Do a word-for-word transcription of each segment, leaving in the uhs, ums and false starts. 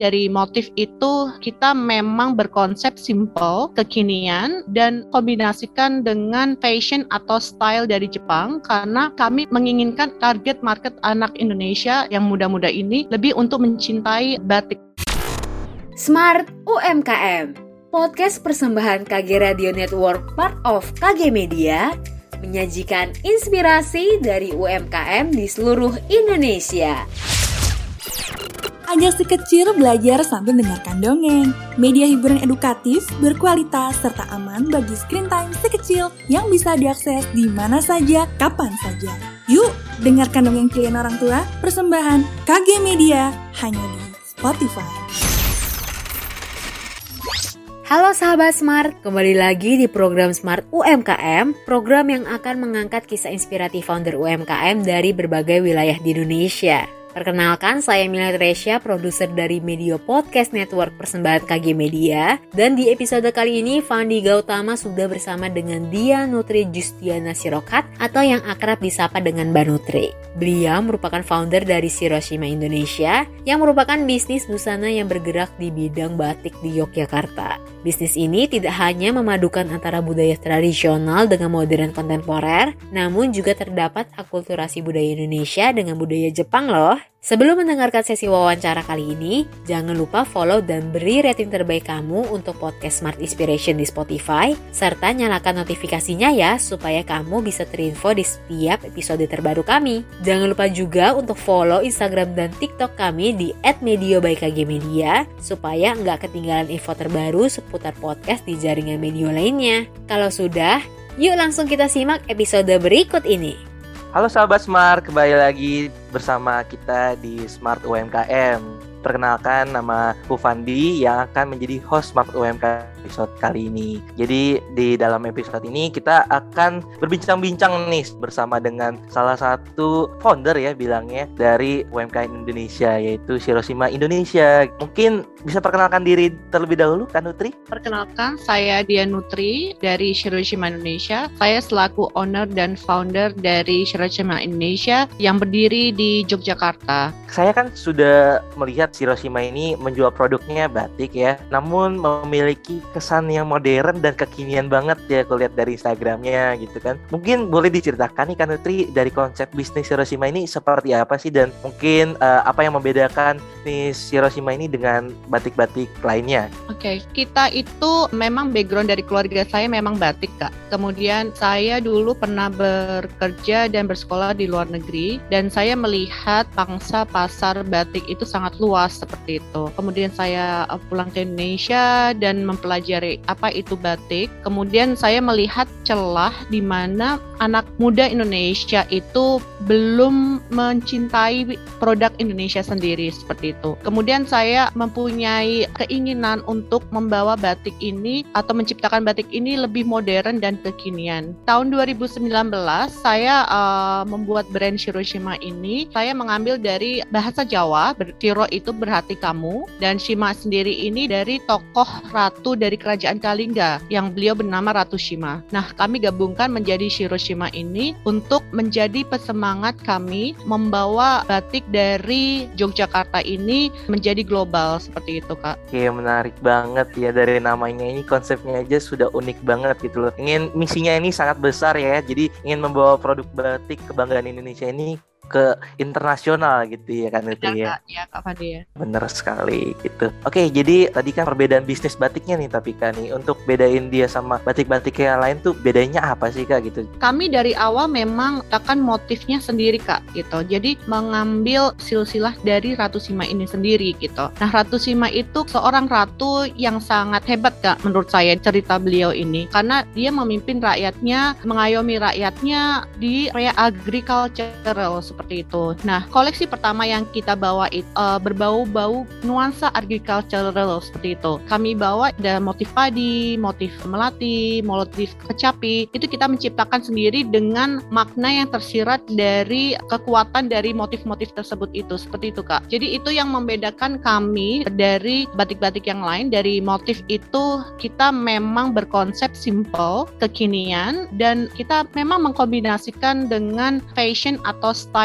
dari motif itu kita memang berkonsep simple, kekinian, dan kombinasikan dengan fashion atau style dari Jepang karena kami menginginkan target market anak Indonesia yang muda-muda ini lebih untuk mencintai batik. Smart U M K M, podcast persembahan K G Radio Network part of K G Media, menyajikan inspirasi dari U M K M di seluruh Indonesia. Ajak si kecil belajar sambil mendengarkan dongeng. Media hiburan edukatif, berkualitas, serta aman bagi screen time si kecil yang bisa diakses di mana saja, kapan saja. Yuk, dengarkan dongeng kalian orang tua, persembahan K G Media, hanya di Spotify. Halo sahabat Smart, kembali lagi di program Smart U M K M, program yang akan mengangkat kisah inspiratif founder U M K M dari berbagai wilayah di Indonesia. Perkenalkan, saya Mila Tresya, produser dari Media Podcast Network persembahan K G Media. Dan di episode kali ini, Fandi Gautama sudah bersama dengan Dia Nutri Justiana Sirokat atau yang akrab disapa dengan Mbak Nutri. Beliau merupakan founder dari Shiroshima Indonesia yang merupakan bisnis busana yang bergerak di bidang batik di Yogyakarta. Bisnis ini tidak hanya memadukan antara budaya tradisional dengan modern kontemporer, namun juga terdapat akulturasi budaya Indonesia dengan budaya Jepang loh. Sebelum mendengarkan sesi wawancara kali ini, jangan lupa follow dan beri rating terbaik kamu untuk podcast Smart Inspiration di Spotify, serta nyalakan notifikasinya ya, supaya kamu bisa terinfo di setiap episode terbaru kami. Jangan lupa juga untuk follow Instagram dan TikTok kami di et medio by K G Media, supaya nggak ketinggalan info terbaru seputar podcast di jaringan media lainnya. Kalau sudah, yuk langsung kita simak episode berikut ini. Halo sahabat Smart, kembali lagi bersama kita di Smart U M K M. Perkenalkan, nama aku Fandi yang akan menjadi host Smart U M K M episode kali ini. Jadi di dalam episode ini kita akan berbincang-bincang nih bersama dengan salah satu founder ya bilangnya dari U M K M Indonesia, yaitu Shiroshima Indonesia. Mungkin bisa perkenalkan diri terlebih dahulu kan Nutri? Perkenalkan, saya Dia Nutri dari Shiroshima Indonesia. Saya selaku owner dan founder dari Shiroshima Indonesia yang berdiri di Yogyakarta. Saya kan sudah melihat Shiroshima ini menjual produknya batik ya, namun memiliki kesan yang modern dan kekinian banget ya aku lihat dari Instagramnya gitu kan. Mungkin boleh diceritakan nih kan Nutri, dari konsep bisnis Shiroshima ini seperti apa sih, dan mungkin uh, apa yang membedakan bisnis Shiroshima ini dengan batik-batik lainnya? Oke, okay. Kita itu memang background dari keluarga saya memang batik Kak. Kemudian saya dulu pernah bekerja dan bersekolah di luar negeri, dan saya melihat pangsa pasar batik itu sangat luas seperti itu. Kemudian saya pulang ke Indonesia dan mempelajari apa itu batik. Kemudian saya melihat celah di mana anak muda Indonesia itu belum mencintai produk Indonesia sendiri seperti itu. Kemudian saya mempunyai keinginan untuk membawa batik ini atau menciptakan batik ini lebih modern dan kekinian. Tahun dua ribu sembilan belas saya uh, membuat brand Shiroshima ini. Saya mengambil dari bahasa Jawa, Shiro itu berarti kamu, dan Shima sendiri ini dari tokoh ratu dari kerajaan Kalingga yang beliau bernama Ratu Shima. Nah, kami gabungkan menjadi Shiroshima ini untuk menjadi pesemangat kami membawa batik dari Yogyakarta ini menjadi global seperti itu Kak. Oke, menarik banget ya, dari namanya ini konsepnya aja sudah unik banget gitu loh. Ingin misinya ini sangat besar ya, jadi ingin membawa produk batik kebanggaan Indonesia ini ke internasional gitu ya kan itu ya. Iya Kak Fandi ya. Bener sekali gitu. Oke, jadi tadi kan perbedaan bisnis batiknya nih, tapi kan nih untuk bedain dia sama batik-batik yang lain tuh bedanya apa sih Kak gitu? Kami dari awal memang akan motifnya sendiri Kak gitu. Jadi mengambil silsilah dari Ratu Shima ini sendiri gitu. Nah, Ratu Shima itu seorang ratu yang sangat hebat Kak menurut saya cerita beliau ini, karena dia memimpin rakyatnya, mengayomi rakyatnya di area agricultural seperti itu. Nah, koleksi pertama yang kita bawa itu uh, berbau-bau nuansa agricultural seperti itu. Kami bawa ada motif padi, motif melati, motif kecapi. Itu kita menciptakan sendiri dengan makna yang tersirat dari kekuatan dari motif-motif tersebut itu. Seperti itu Kak. Jadi itu yang membedakan kami dari batik-batik yang lain. Dari motif itu kita memang berkonsep simple, kekinian, dan kita memang mengkombinasikan dengan fashion atau style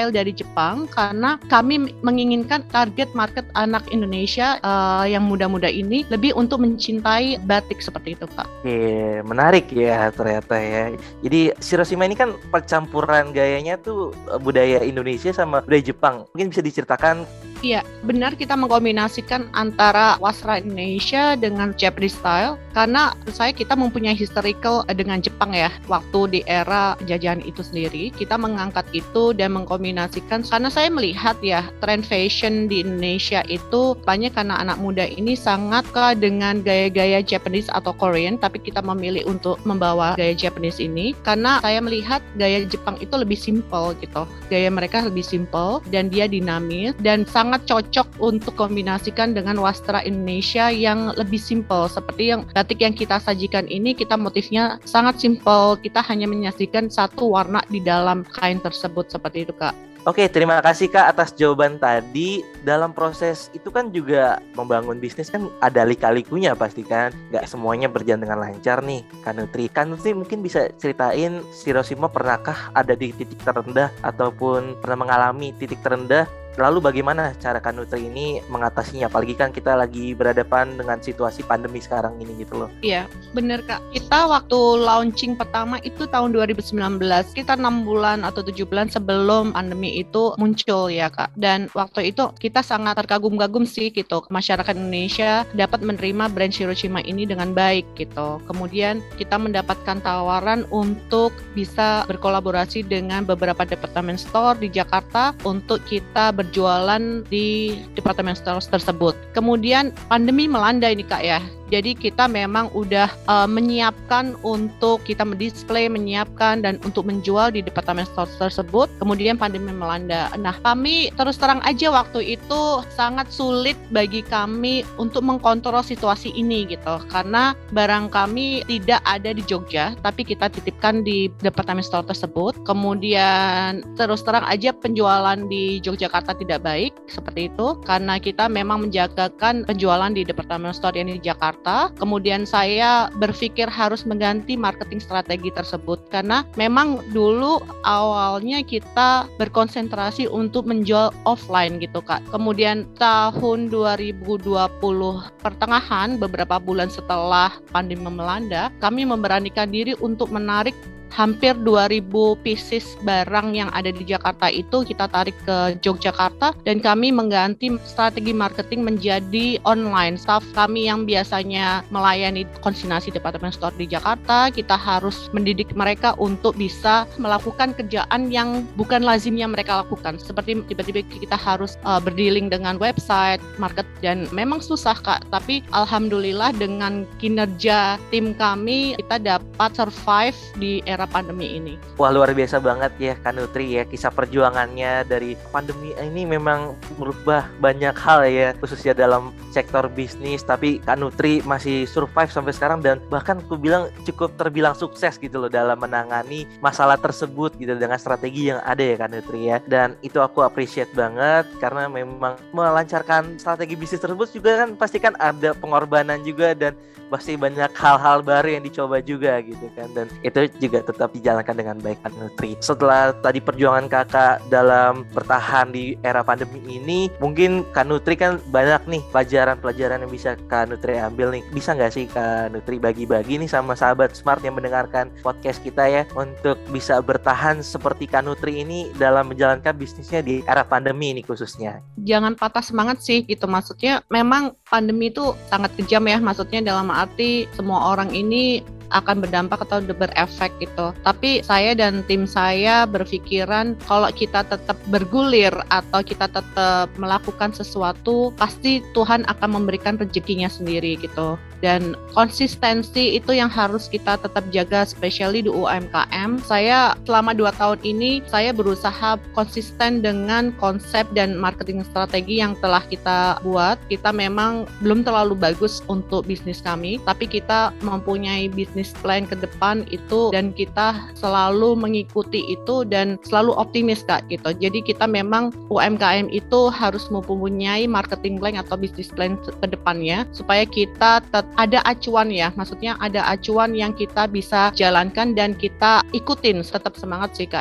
style dari Jepang karena kami menginginkan target market anak Indonesia uh, yang muda-muda ini lebih untuk mencintai batik seperti itu, Kak. Oke, menarik ya ternyata ya. Jadi Shirosima ini kan percampuran gayanya tuh budaya Indonesia sama budaya Jepang. Mungkin bisa diceritakan. Iya, benar kita mengkombinasikan antara wasra Indonesia dengan Japanese style karena menurut saya kita mempunyai historical dengan Jepang ya. Waktu di era jajahan itu sendiri, kita mengangkat itu dan mengkombinasikan karena saya melihat ya tren fashion di Indonesia itu banyak karena anak muda ini sangat suka dengan gaya-gaya Japanese atau Korean, tapi kita memilih untuk membawa gaya Japanese ini karena saya melihat gaya Jepang itu lebih simple gitu. Gaya mereka lebih simple dan dia dinamis dan sangat sangat cocok untuk kombinasikan dengan wastra Indonesia yang lebih simple. Seperti yang batik yang kita sajikan ini, kita motifnya sangat simple. Kita hanya menyajikan satu warna di dalam kain tersebut, seperti itu, Kak. Oke, terima kasih Kak atas jawaban tadi. Dalam proses itu kan juga membangun bisnis kan ada lika-likunya pasti kan. Gak semuanya berjalan dengan lancar nih, Kak Nutri. Kak Nutri mungkin bisa ceritain Shirosima pernahkah ada di titik terendah ataupun pernah mengalami titik terendah? Lalu bagaimana cara Kak Nutri ini mengatasinya? Apalagi kan kita lagi berhadapan dengan situasi pandemi sekarang ini gitu loh. Iya, bener Kak. Kita waktu launching pertama itu tahun dua ribu sembilan belas, kita enam bulan atau tujuh bulan sebelum pandemi itu muncul ya Kak. Dan waktu itu kita sangat terkagum-kagum sih gitu. Masyarakat Indonesia dapat menerima brand Shirosima ini dengan baik gitu. Kemudian kita mendapatkan tawaran untuk bisa berkolaborasi dengan beberapa department store di Jakarta untuk kita berjualan di department store tersebut. Kemudian pandemi melanda ini Kak ya. Jadi kita memang udah uh, menyiapkan untuk kita mendisplay, menyiapkan dan untuk menjual di department store tersebut. Kemudian pandemi melanda. Nah, kami terus terang aja waktu itu sangat sulit bagi kami untuk mengkontrol situasi ini gitu. Karena barang kami tidak ada di Jogja, tapi kita titipkan di department store tersebut. Kemudian terus terang aja penjualan di Yogyakarta tidak baik seperti itu karena kita memang menjagakan penjualan di department store yang di Jakarta. Kemudian saya berpikir harus mengganti marketing strategi tersebut karena memang dulu awalnya kita berkonsentrasi untuk menjual offline gitu Kak. Kemudian tahun dua ribu dua puluh pertengahan, beberapa bulan setelah pandemi melanda, kami memberanikan diri untuk menarik hampir dua ribu pieces barang yang ada di Jakarta itu kita tarik ke Yogyakarta dan kami mengganti strategi marketing menjadi online. Staff kami yang biasanya melayani konsignasi department store di Jakarta, kita harus mendidik mereka untuk bisa melakukan kerjaan yang bukan lazimnya mereka lakukan. Seperti tiba-tiba kita harus uh, berdealing dengan website, market dan memang susah Kak, tapi alhamdulillah dengan kinerja tim kami kita dapat survive di era pandemi ini. Wah, luar biasa banget ya Kak Nutri ya, kisah perjuangannya dari pandemi ini memang merubah banyak hal ya, khususnya dalam sektor bisnis, tapi Kak Nutri masih survive sampai sekarang dan bahkan aku bilang cukup terbilang sukses gitu loh dalam menangani masalah tersebut gitu dengan strategi yang ada ya Kak Nutri ya. Dan itu aku appreciate banget karena memang melancarkan strategi bisnis tersebut juga kan pasti kan ada pengorbanan juga dan pasti banyak hal-hal baru yang dicoba juga gitu kan, dan itu juga tetap dijalankan dengan baik Kak Nutri. Setelah tadi perjuangan kakak dalam bertahan di era pandemi ini, mungkin Kak Nutri kan banyak nih pelajaran-pelajaran yang bisa Kak Nutri ambil nih. Bisa nggak sih Kak Nutri bagi-bagi nih sama sahabat Smart yang mendengarkan podcast kita ya, untuk bisa bertahan seperti Kak Nutri ini dalam menjalankan bisnisnya di era pandemi ini khususnya? Jangan patah semangat sih gitu, maksudnya memang pandemi itu sangat kejam ya, maksudnya dalam arti semua orang ini akan berdampak atau berefek gitu. Tapi saya dan tim saya berpikiran kalau kita tetap bergulir atau kita tetap melakukan sesuatu, pasti Tuhan akan memberikan rezekinya sendiri gitu. Dan konsistensi itu yang harus kita tetap jaga, especially di U M K M. Saya selama dua tahun ini, saya berusaha konsisten dengan konsep dan marketing strategi yang telah kita buat. Kita memang belum terlalu bagus untuk bisnis kami, tapi kita mempunyai bisnis plan ke depan itu dan kita selalu mengikuti itu dan selalu optimis Kak gitu. Jadi kita memang U M K M itu harus mempunyai marketing plan atau bisnis plan ke depannya supaya kita tet- ada acuan ya, maksudnya ada acuan yang kita bisa jalankan dan kita ikutin, tetap semangat sih Kak ya.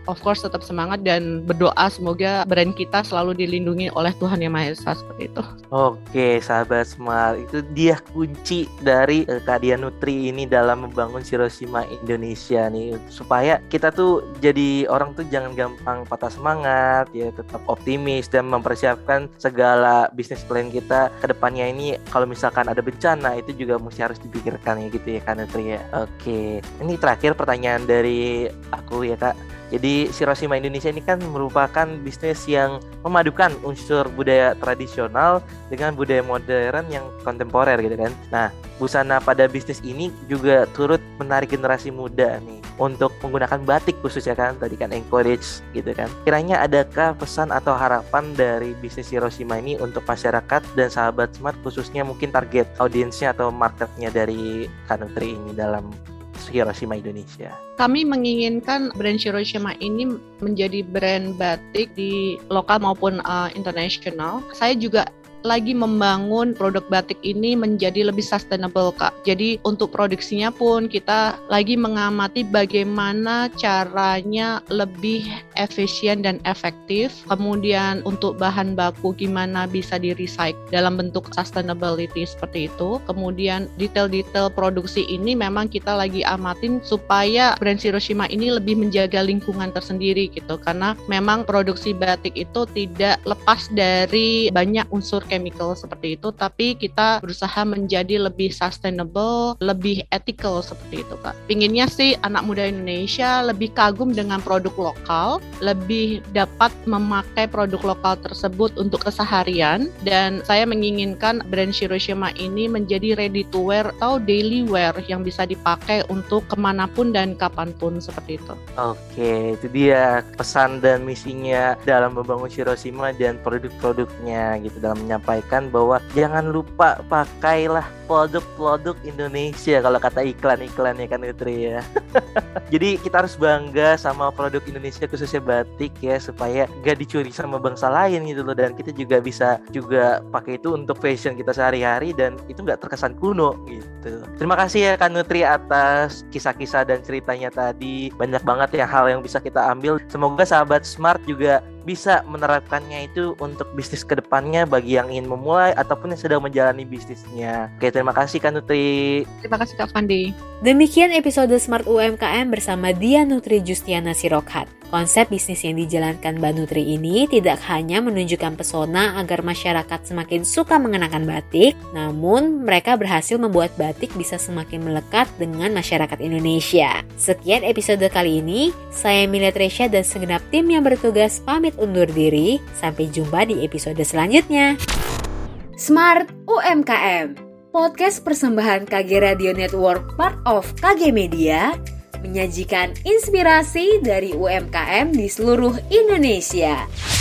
of course tetap semangat dan berdoa semoga brand kita selalu dilindungi oleh Tuhan Yang Maha Esa seperti itu. Oke, sahabat Smart, itu dia kunci dari uh, Kak Dian Nutri ini dalam membangun Shiroshiма Indonesia nih, supaya kita tuh jadi orang tuh jangan gampang patah semangat, ya tetap optimis dan mempersiapkan segala bisnis plan kita ke depannya ini. Kalau misalkan ada bencana itu juga mesti harus dipikirkan ya gitu ya Kak Nutri ya. Oke, ini terakhir pertanyaan dari aku ya Kak. Jadi Shiroshima Indonesia ini kan merupakan bisnis yang memadukan unsur budaya tradisional dengan budaya modern yang kontemporer gitu kan. Nah, busana pada bisnis ini juga turut menarik generasi muda nih untuk menggunakan batik khususnya kan, tadi kan encourage gitu kan. Kiranya adakah pesan atau harapan dari bisnis Shiroshima ini untuk masyarakat dan sahabat Smart, khususnya mungkin target audiensnya atau marketnya dari Kak Nutri ini dalam Shiroshima Indonesia? Kami menginginkan brand Shiroshima ini menjadi brand batik di lokal maupun uh, internasional. Saya juga lagi membangun produk batik ini menjadi lebih sustainable Kak. Jadi untuk produksinya pun kita lagi mengamati bagaimana caranya lebih efisien dan efektif. Kemudian untuk bahan baku gimana bisa di-recycle dalam bentuk sustainability seperti itu. Kemudian detail-detail produksi ini memang kita lagi amatin supaya brand Shiroshima ini lebih menjaga lingkungan tersendiri gitu. Karena memang produksi batik itu tidak lepas dari banyak unsur chemical seperti itu, tapi kita berusaha menjadi lebih sustainable, lebih ethical seperti itu Kak. Pinginnya sih anak muda Indonesia lebih kagum dengan produk lokal, lebih dapat memakai produk lokal tersebut untuk keseharian, dan saya menginginkan brand Shiroshima ini menjadi ready to wear atau daily wear yang bisa dipakai untuk kemanapun dan kapanpun seperti itu. Oke, itu dia pesan dan misinya dalam membangun Shiroshima dan produk-produknya gitu, dalam menyampaikan bahwa jangan lupa pakailah produk-produk Indonesia kalau kata iklan-iklannya kan Nutri ya. Jadi kita harus bangga sama produk Indonesia khususnya batik ya, supaya gak dicuri sama bangsa lain gitu loh, dan kita juga bisa juga pakai itu untuk fashion kita sehari-hari dan itu gak terkesan kuno gitu. Terima kasih ya Kak Nutri atas kisah-kisah dan ceritanya tadi. Banyak banget ya hal yang bisa kita ambil. Semoga sahabat Smart juga bisa menerapkannya itu untuk bisnis kedepannya bagi yang ingin memulai ataupun yang sedang menjalani bisnisnya. Oke, terima kasih Kak Nutri. Terima kasih Kak Fandi. Demikian episode Smart U M K M bersama Dian Nutri Justiana Sirokhat. Konsep bisnis yang dijalankan Mbak Nutri ini tidak hanya menunjukkan pesona agar masyarakat semakin suka mengenakan batik, namun mereka berhasil membuat batik bisa semakin melekat dengan masyarakat Indonesia. Sekian episode kali ini, saya Emilia Tresya dan segenap tim yang bertugas pamit undur diri. Sampai jumpa di episode selanjutnya. Smart U M K M, podcast persembahan K G Radio Network part of K G Media, menyajikan inspirasi dari U M K M di seluruh Indonesia.